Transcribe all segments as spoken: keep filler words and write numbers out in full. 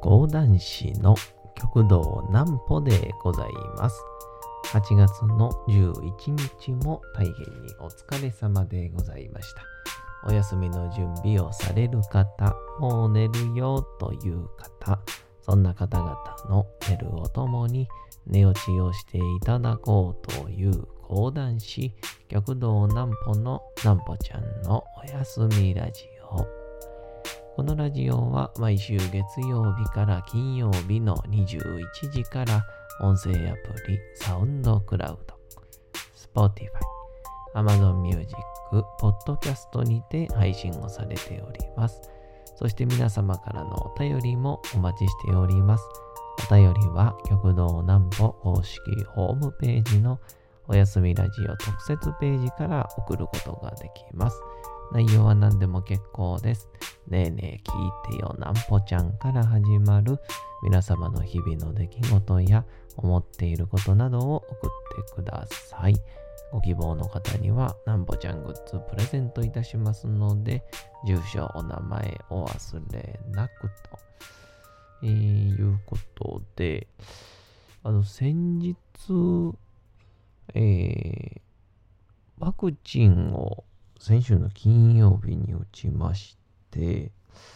講談師の極道南歩でございます。はちがつのじゅういちにちも大変にお疲れ様でございました。お休みの準備をされる方、もう寝るよという方、そんな方々の寝るをともに寝落ちをしていただこうという講談師極道南歩の南歩ちゃんのおやすみラジオ。このラジオは毎週月曜日から金曜日のにじゅういちじから音声アプリサウンドクラウド、Spotify、Amazon Music、ポッドキャストにて配信をされております。そして皆様からのお便りもお待ちしております。お便りは極道南歩公式ホームページのおやすみラジオ特設ページから送ることができます。内容は何でも結構です。ねえねえ聞いてよ南歩ちゃんから始まる皆様の日々の出来事や思っていることなどを送ってください。ご希望の方には南歩ちゃんグッズプレゼントいたしますので、住所お名前お忘れなくと、えー、いうことで、あの先日、えー、ワクチンを先週の金曜日に打ちまして、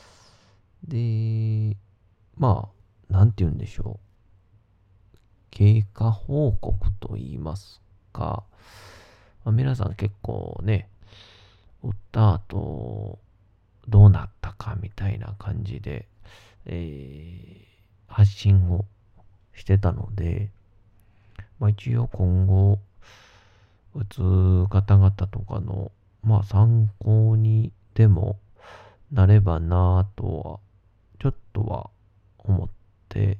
で、まあ、なんて言うんでしょう。経過報告と言いますか、まあ、皆さん結構ね、打った後、どうなったかみたいな感じで、えー、発信をしてたので、まあ一応今後、打つ方々とかのまあ参考にでもなればなぁとはちょっとは思って、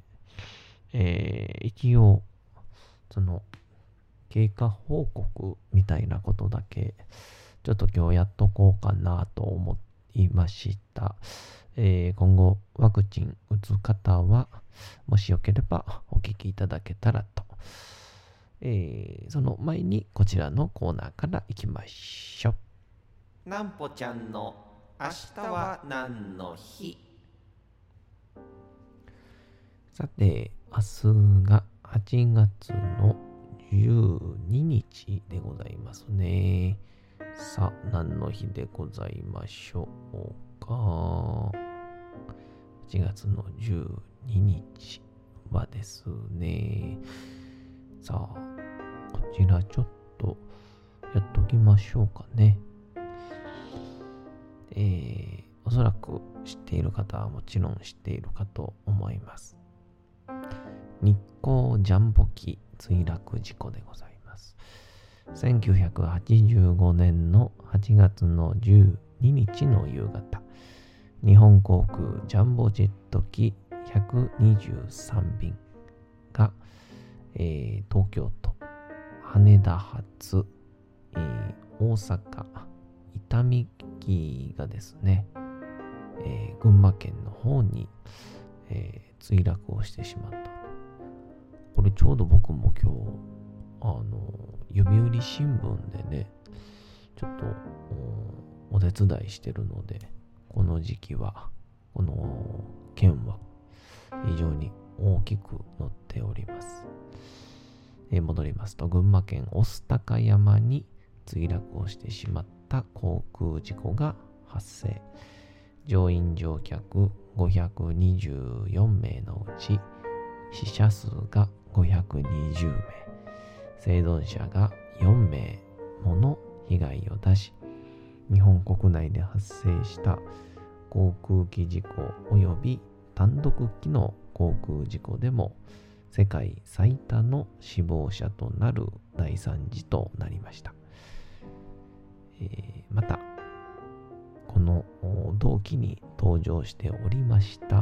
えー、一応その経過報告みたいなことだけちょっと今日やっとこうかなと思いました。えー、今後ワクチン打つ方はもしよければお聞きいただけたらと。えー、その前にこちらのコーナーからいきましょう。南歩ちゃんの明日は何の日。さて、明日がはちがつのじゅうににちでございますね。さあ、何の日でございましょうか。はちがつのじゅうににちはですね、さあ、こちらちょっとやっときましょうかね。えー、おそらく知っている方はもちろん知っているかと思います。日航ジャンボ機墜落事故でございます。せんきゅうひゃくはちじゅうごねんのはちがつのじゅうににちの夕方、日本航空ジャンボジェット機ひゃくにじゅうさんびんが、えー、東京都羽田発、えー、大阪伊丹機がですね、えー、群馬県の方に、えー、墜落をしてしまった。これちょうど僕も今日あの読売新聞でねちょっと お, お手伝いしてるので、この時期はこの件は非常に大きく載っております。えー、戻りますと、群馬県御巣鷹山に墜落をしてしまった航空事故が発生。乗員乗客ごひゃくにじゅうよんめいのうち死者数がごひゃくにじゅうめい、生存者がよんめいもの被害を出し、日本国内で発生した航空機事故及び単独機の航空事故でも世界最多の死亡者となる大惨事となりました。えー、またこの同期に登場しておりました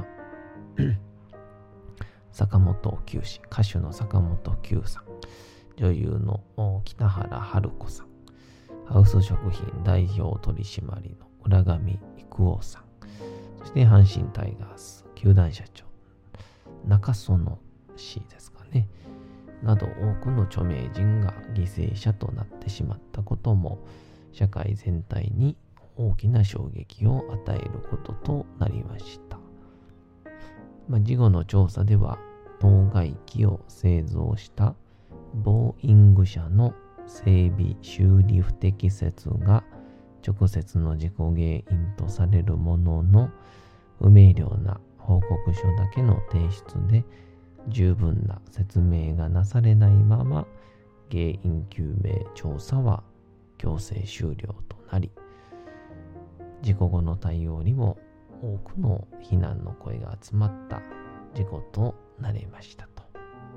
坂本九氏、歌手の坂本九さん、女優の北原春子さん、ハウス食品代表取締の浦上育夫さん、そして阪神タイガース球団社長中園氏ですかね、など多くの著名人が犠牲者となってしまったことも社会全体に大きな衝撃を与えることとなりました。 まあ、事後の調査では当該機を製造したボーイング社の整備修理不適切が直接の事故原因とされるものの、不明瞭な報告書だけの提出で十分な説明がなされないまま、原因究明調査は強制終了となり、事故後の対応にも多くの非難の声が集まった事故となりましたと。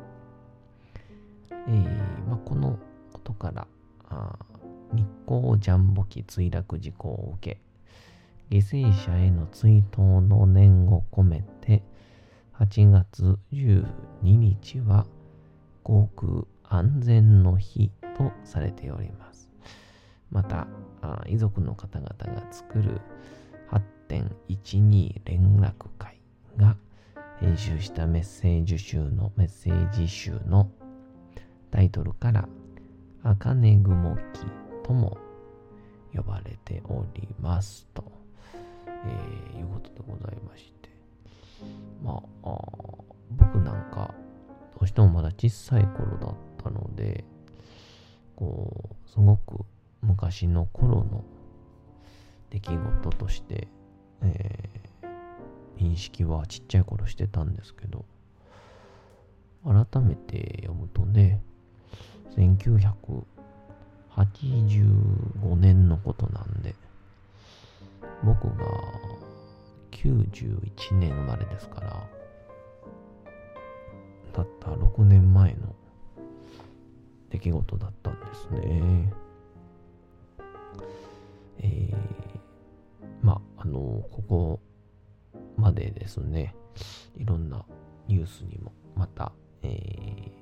えーまあ、このことからあ日航ジャンボ機墜落事故を受け、犠牲者への追悼の念を込めてはちがつじゅうににちは航空安全の日とされております。また遺族の方々が作る はちてんいちに 連絡会が編集したメッセージ集のメッセージ集のタイトルから茜雲機とも呼ばれておりますと、えー、いうことでございまして、まあ、あ僕なんかどうしてもまだ小さい頃だったので、こうすごく昔の頃の出来事として、えー、認識はちっちゃい頃してたんですけど、改めて読むとね、せんきゅうひゃくはちじゅうごねんのことなんで、僕がきゅうじゅういちねん生まれですから、たったろくねんまえの出来事だったんですね。えー、まあ、あの、ここまでですね、いろんなニュースにも、また、えー、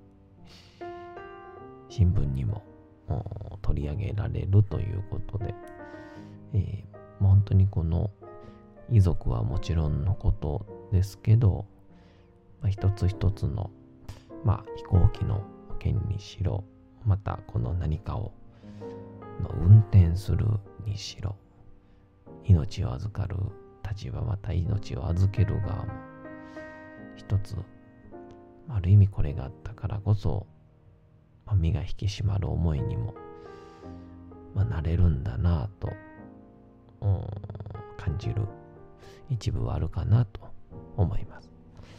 新聞にも取り上げられるということで、えーまあ、本当にこの遺族はもちろんのことですけど、まあ、一つ一つの、まあ、飛行機の件にしろ、またこの何かを、まあ、運転するにしろ、命を預かる立場、また命を預ける側も一つ、ある意味これがあったからこそ、まあ、身が引き締まる思いにも、まあ、なれるんだなぁと、うん、感じる一部はあるかなと思います。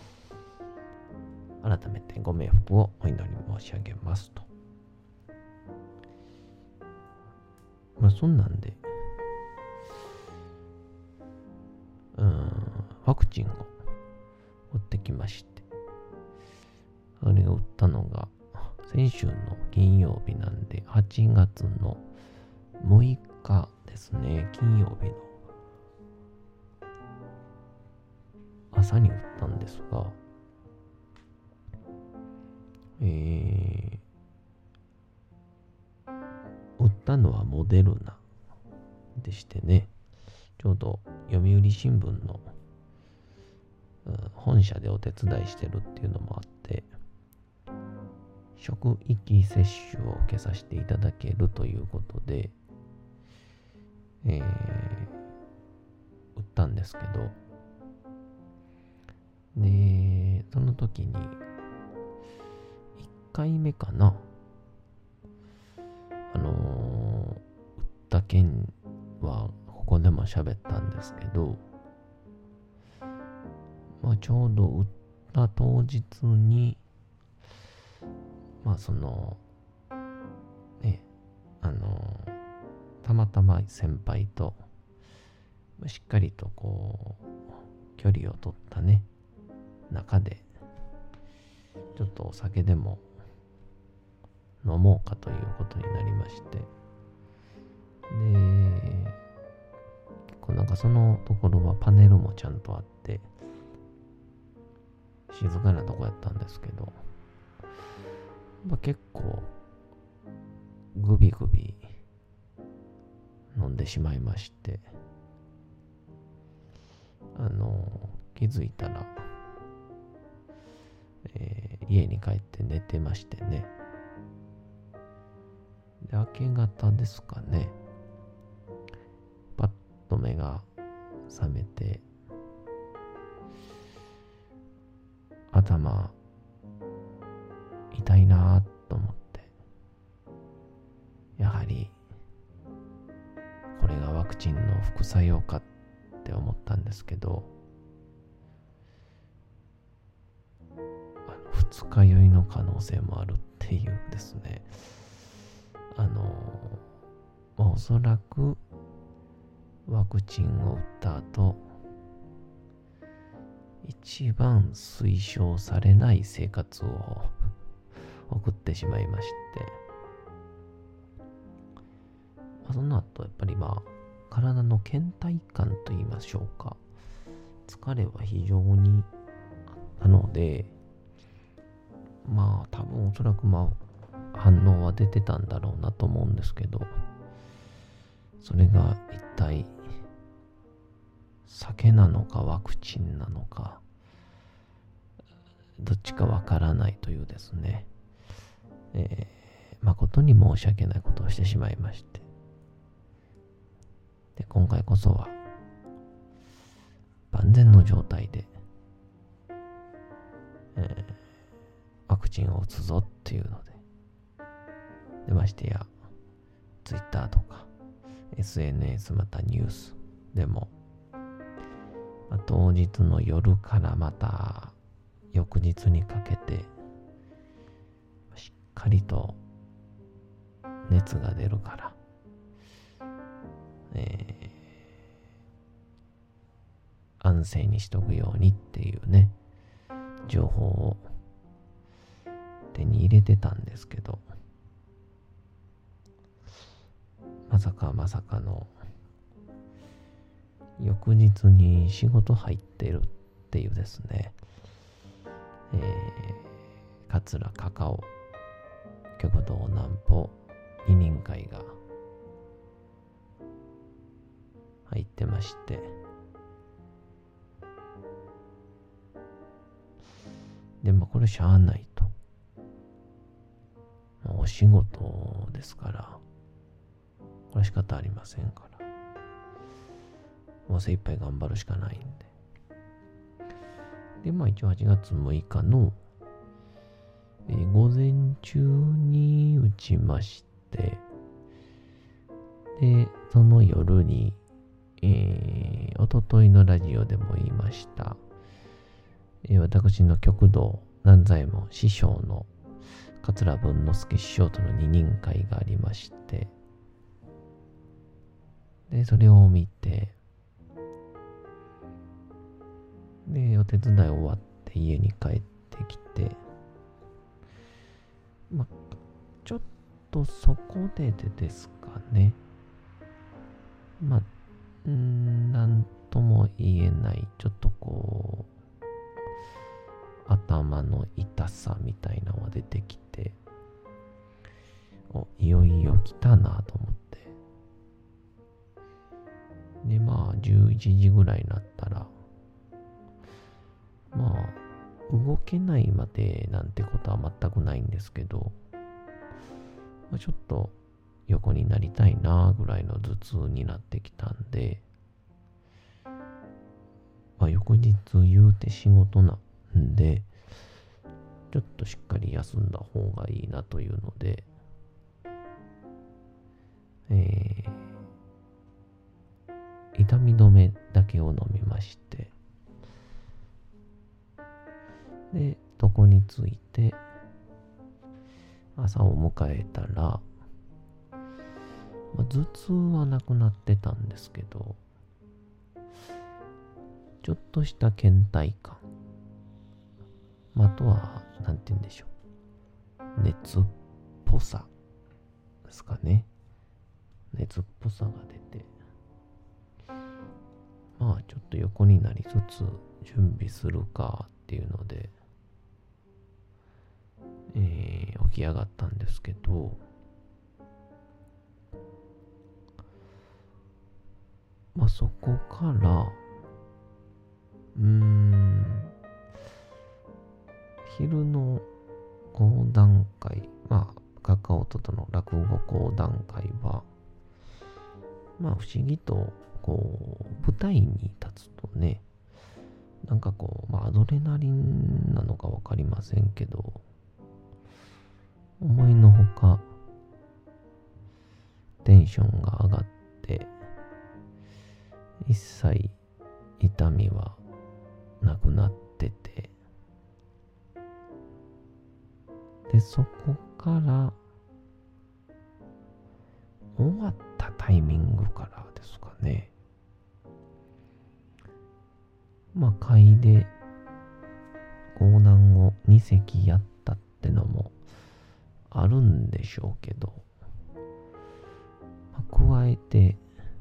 改めてご冥福をお祈り申し上げますと。まあそんなんで、うん、ワクチンを打ってきまして、それを打ったのが先週の金曜日なんで、はちがつのむいかですね、金曜日の朝に打ったんですが、えー、打ったのはモデルナでしてね、ちょうど読売新聞の、うん、本社でお手伝いしてるっていうのもあって、職域接種を受けさせていただけるということで、えー、打ったんですけど、で、その時にいっかいめかな、あのー、打った件はここでも喋ったんですけど、まあちょうど打った当日に、まあそのね、あのー、たまたま先輩としっかりとこう距離を取ったね中で、ちょっとお酒でも飲もうかということになりまして、で、こうなんかそのところはパネルもちゃんとあって静かなとこやったんですけど、まあ、結構グビグビ飲んでしまいまして、あの気づいたら、えー、家に帰って寝てましてね。で、明け方ですかね、パッと目が覚めて、 頭痛いなと思って、やはりこれがワクチンの副作用かって思ったんですけど、二日酔いの可能性もあるっていうですね。あのまあ、おそらくワクチンを打った後、一番推奨されない生活を送ってしまいまして、まあ、その後やっぱりまあ体の倦怠感と言いましょうか、疲れは非常にあったので、まあ多分おそらくまあ反応は出てたんだろうなと思うんですけど、それが一体酒なのかワクチンなのかどっちかわからないというですね、えー、誠に申し訳ないことをしてしまいまして、で今回こそは万全の状態で、えー、ワクチンを打つぞっていうので、でましてやツイッターとか エスエヌエス またニュースでも、まあ、当日の夜からまた翌日にかけてしっかりと熱が出るから、えー、安静にしとくようにっていうね情報を手に入れてたんですけど、まさかまさかの翌日に仕事入ってるっていうですね、えー、桂カカオ極道南歩二人会が入ってまして、でもこれしゃあないと、お仕事ですからこれは仕方ありませんから、もう精一杯頑張るしかないんで、でまあ一応はちがつむいかの、えー、午前中に打ちまして、でその夜に、えー、おとといのラジオでも言いました、えー、私の極道南左衛門師匠の桂文之助師匠との二人会がありまして、でそれを見て、でお手伝い終わって家に帰ってきて、まあちょっとそこででですかね、まあうーんなんとも言えないちょっとこう頭の痛さみたいなのが出てきて、おいよいよ来たなと思って、でまあじゅういちじぐらいになったら、まあ動けないまでなんてことは全くないんですけど、まあ、ちょっと横になりたいなぐらいの頭痛になってきたんで、まあ、翌日言うて仕事なんでちょっとしっかり休んだ方がいいなというので、えー、痛み止めだけを飲みまして、で床について朝を迎えたら、まあ、頭痛はなくなってたんですけど、ちょっとした倦怠感、まあ、あとはなんて言うんでしょう、熱っぽさですかね。熱っぽさが出て、まあちょっと横になりつつ準備するかっていうので、えー、起き上がったんですけど、まあそこからうーん昼の講談会、まあカカオととの落語講談会は、まあ不思議とこう舞台に立つとね、 なんかこう、まあアドレナリンなのかわかりませんけど、思いのほかテンションが上がって、一切痛みはなくなってて、で、そこから終わったタイミングからですかね。まあ、肺で横断をに隻やったってのもあるんでしょうけど、まあ、加えて、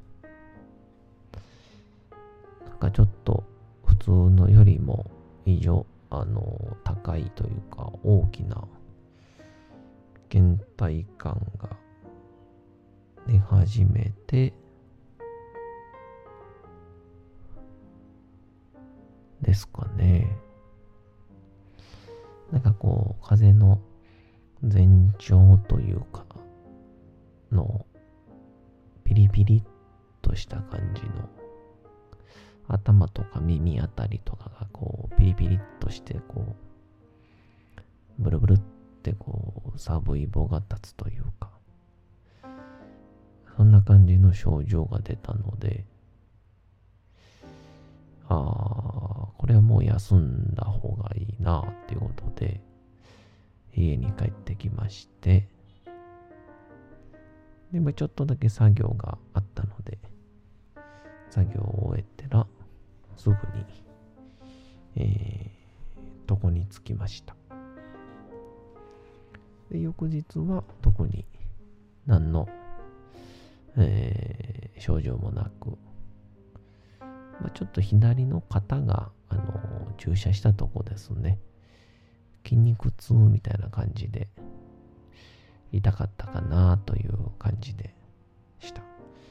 なんかちょっと普通のよりも異常、あの、高いというか大きな倦怠感が出始めて、ですかね。なんかこう、風の前兆というか、の、ピリピリっとした感じの、頭とか耳あたりとかがこう、ピリピリっとして、こう、ブルブルってこう、寒い棒が立つというか、そんな感じの症状が出たので、ああ、これはもう休んだ方がいいなっていうことで、家に帰ってきまして、でもちょっとだけ作業があったので、作業を終えたら、すぐに、えー、床に着きました。で、翌日は特に何の、えー、症状もなく、まあ、ちょっと左の肩が、あのー、注射したとこですね。筋肉痛みたいな感じで、痛かったかなという感じでした。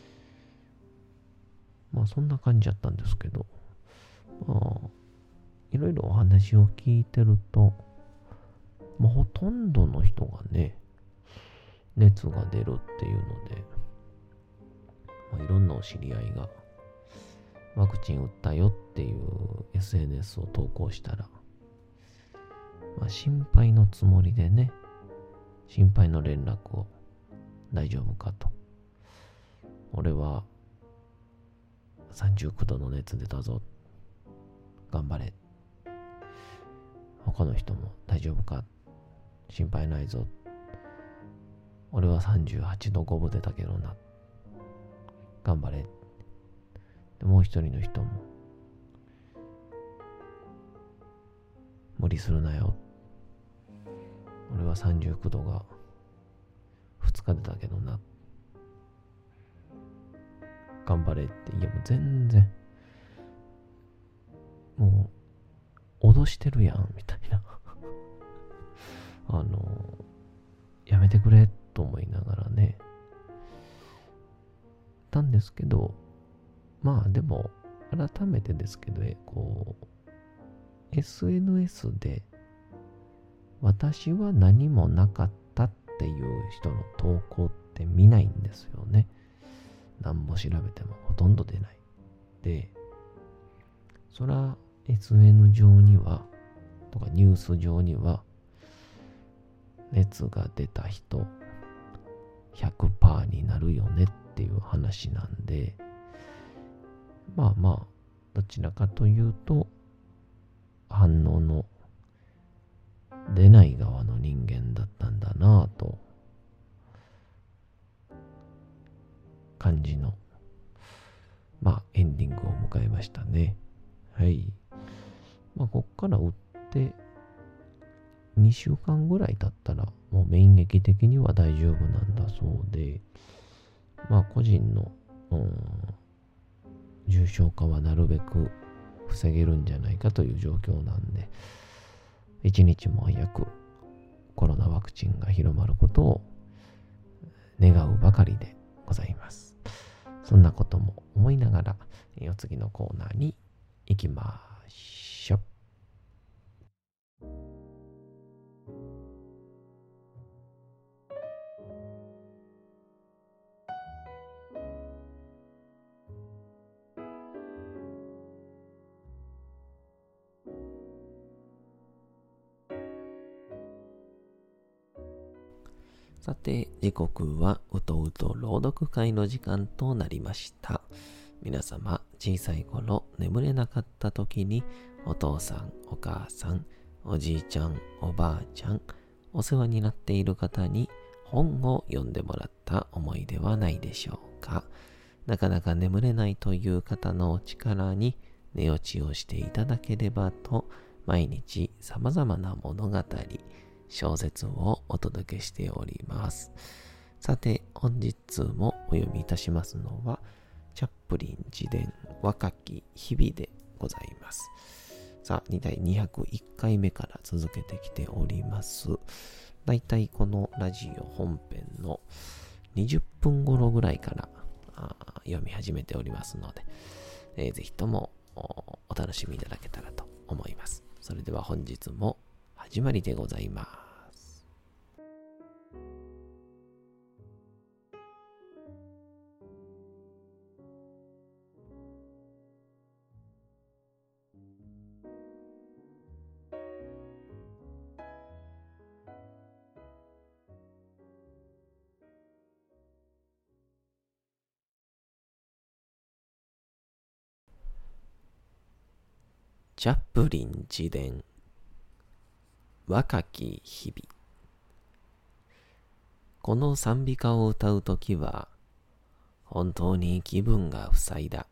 まあそんな感じだったんですけど、まあ、いろいろお話を聞いてると、まあ、ほとんどの人がね、熱が出るっていうので、まあ、いろんなお知り合いがワクチン打ったよっていう エスエヌエス を投稿したら、まあ、心配のつもりでね、心配の連絡を大丈夫かと。俺はさんじゅうきゅうどの熱出たぞ。頑張れ。他の人も大丈夫か。心配ないぞ。俺はさんじゅうはちどごぶ出たけどな。頑張れ。でもう一人の人も無理するなよ。俺はさんじゅうきゅうどがふつか出たけどな。頑張れって。いやもう全然もう脅してるやんみたいなあのやめてくれと思いながらねたんですけど、まあでも改めてですけど、こう エスエヌエス で私は何もなかったっていう人の投稿って見ないんですよね。何も調べてもほとんど出ない。で、そら エスエヌ 上にはとかニュース上には熱が出た人 ひゃくパーセント になるよねっていう話なんで、まあまあどちらかというと反応の出ない側の人間だったんだなぁと感じのまあエンディングを迎えましたね。はい。まあこっから打ってにしゅうかんぐらい経ったらもう免疫的には大丈夫なんだそうで、まあ個人の、うん、重症化はなるべく防げるんじゃないかという状況なんで、一日も早くコロナワクチンが広まることを願うばかりでございます。そんなことも思いながら、お次のコーナーに行きましょう。 さて、時刻はうとうと朗読会の時間となりました。皆様、小さい頃眠れなかった時にお父さん、お母さん、おじいちゃん、おばあちゃん、お世話になっている方に本を読んでもらった思いではないでしょうか。なかなか眠れないという方のお力に寝落ちをしていただければと、毎日様々な物語、小説をお届けしております。さて、本日もお読みいたしますのは、チャップリン自伝若き日々でございます。さあ、だいにひゃくいっかいめから続けてきております。だいたいこのラジオ本編のにじゅっぷん頃ぐらいから読み始めておりますので、えー、ぜひとも お, お楽しみいただけたらと思います。それでは本日も始まりでございます。チャップリン自伝若き日々。この賛美歌を歌うときは本当に気分が塞いだ。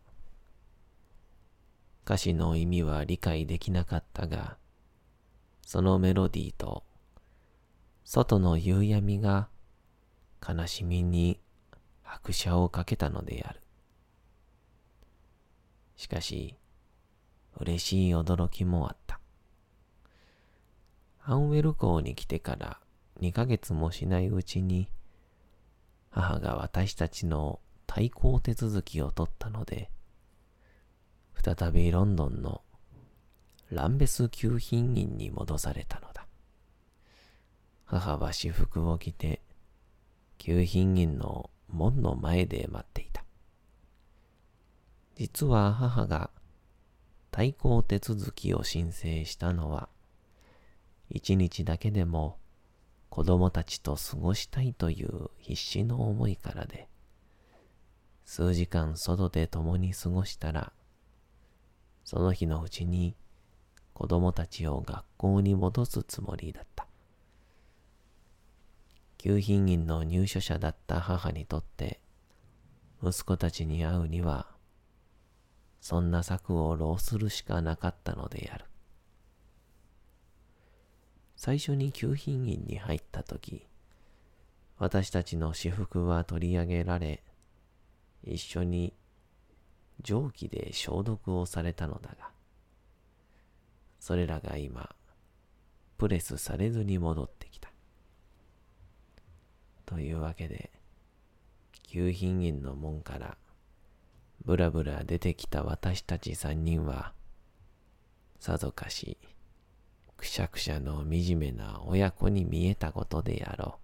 歌詞の意味は理解できなかったが、そのメロディーと外の夕闇が悲しみに拍車をかけたのである。しかし嬉しい驚きもあった。アンウェル港に来てからにかげつもしないうちに、母が私たちの退校手続きを取ったので、再びロンドンのランベス給品院に戻されたのだ。母は私服を着て、給品院の門の前で待っていた。実は母が退校手続きを申請したのは、一日だけでも子供たちと過ごしたいという必死の思いからで、数時間外で共に過ごしたら、その日のうちに子供たちを学校に戻すつもりだった。給品院の入所者だった母にとって、息子たちに会うには、そんな策を浪するしかなかったのである。最初に給品院に入ったとき、私たちの私服は取り上げられ、一緒に蒸気で消毒をされたのだが、それらが今、プレスされずに戻ってきた。というわけで、給品院の門から、ぶらぶら出てきた私たち三人は、さぞかし、くしゃくしゃの惨めな親子に見えたことであろ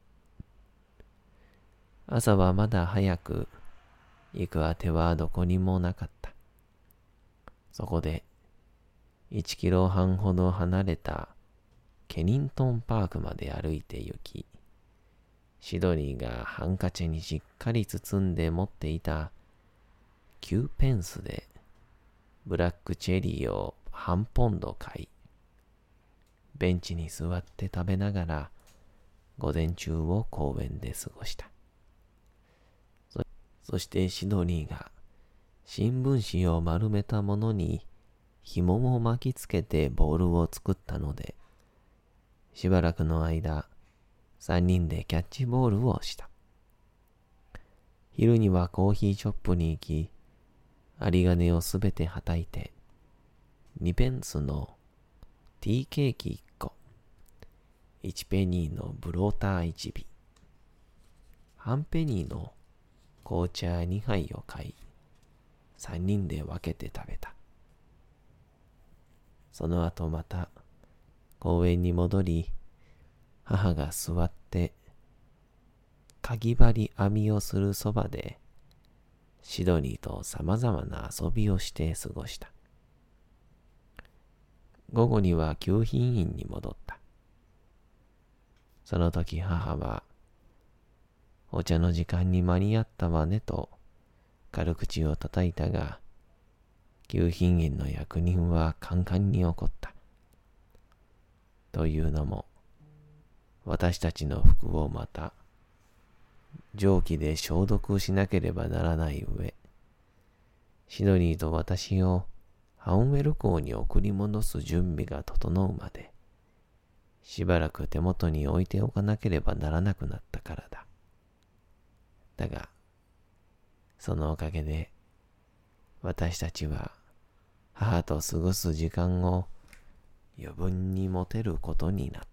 う。朝はまだ早く、行くあてはどこにもなかった。そこで、一キロ半ほど離れたケニントンパークまで歩いて行き、シドニーがハンカチにしっかり包んで持っていたきゅうペンスでブラックチェリーを半ポンド買い、ベンチに座って食べながら午前中を公園で過ごした。そ, そしてシドニーが新聞紙を丸めたものに紐を巻きつけてボールを作ったので、しばらくの間三人でキャッチボールをした。昼にはコーヒーショップに行き、有り金をすべてはたいて、にペンスのティーケーキいっこ、いちペニーのブローターいちび、半ペニーの紅茶にはいを買い、三人で分けて食べた。その後また公園に戻り、母が座ってかぎ針編みをするそばでシドニーとさまざまな遊びをして過ごした。午後には給品院に戻った。その時母はお茶の時間に間に合ったわねと軽口を叩いたが、給品員の役人はカンカンに怒った。というのも、私たちの服をまた蒸気で消毒しなければならない上、シドニーと私をハウンウェル港に送り戻す準備が整うまで、しばらく手元に置いておかなければならなくなったからだ。だが、そのおかげで、私たちは母と過ごす時間を余分に持てることになった。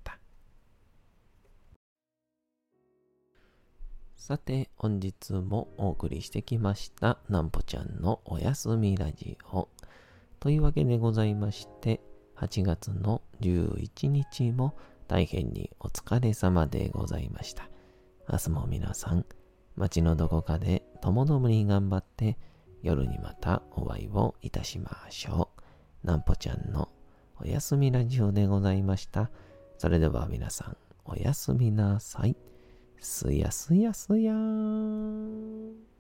さて、本日もお送りしてきましたなんぽちゃんのおやすみラジオというわけでございまして、はちがつのじゅういちにちも大変にお疲れ様でございました。明日も皆さん、街のどこかでともどもに頑張って夜にまたお会いをいたしましょう。なんぽちゃんのおやすみラジオでございました。それでは皆さん、おやすみなさい。すやすやすやーん。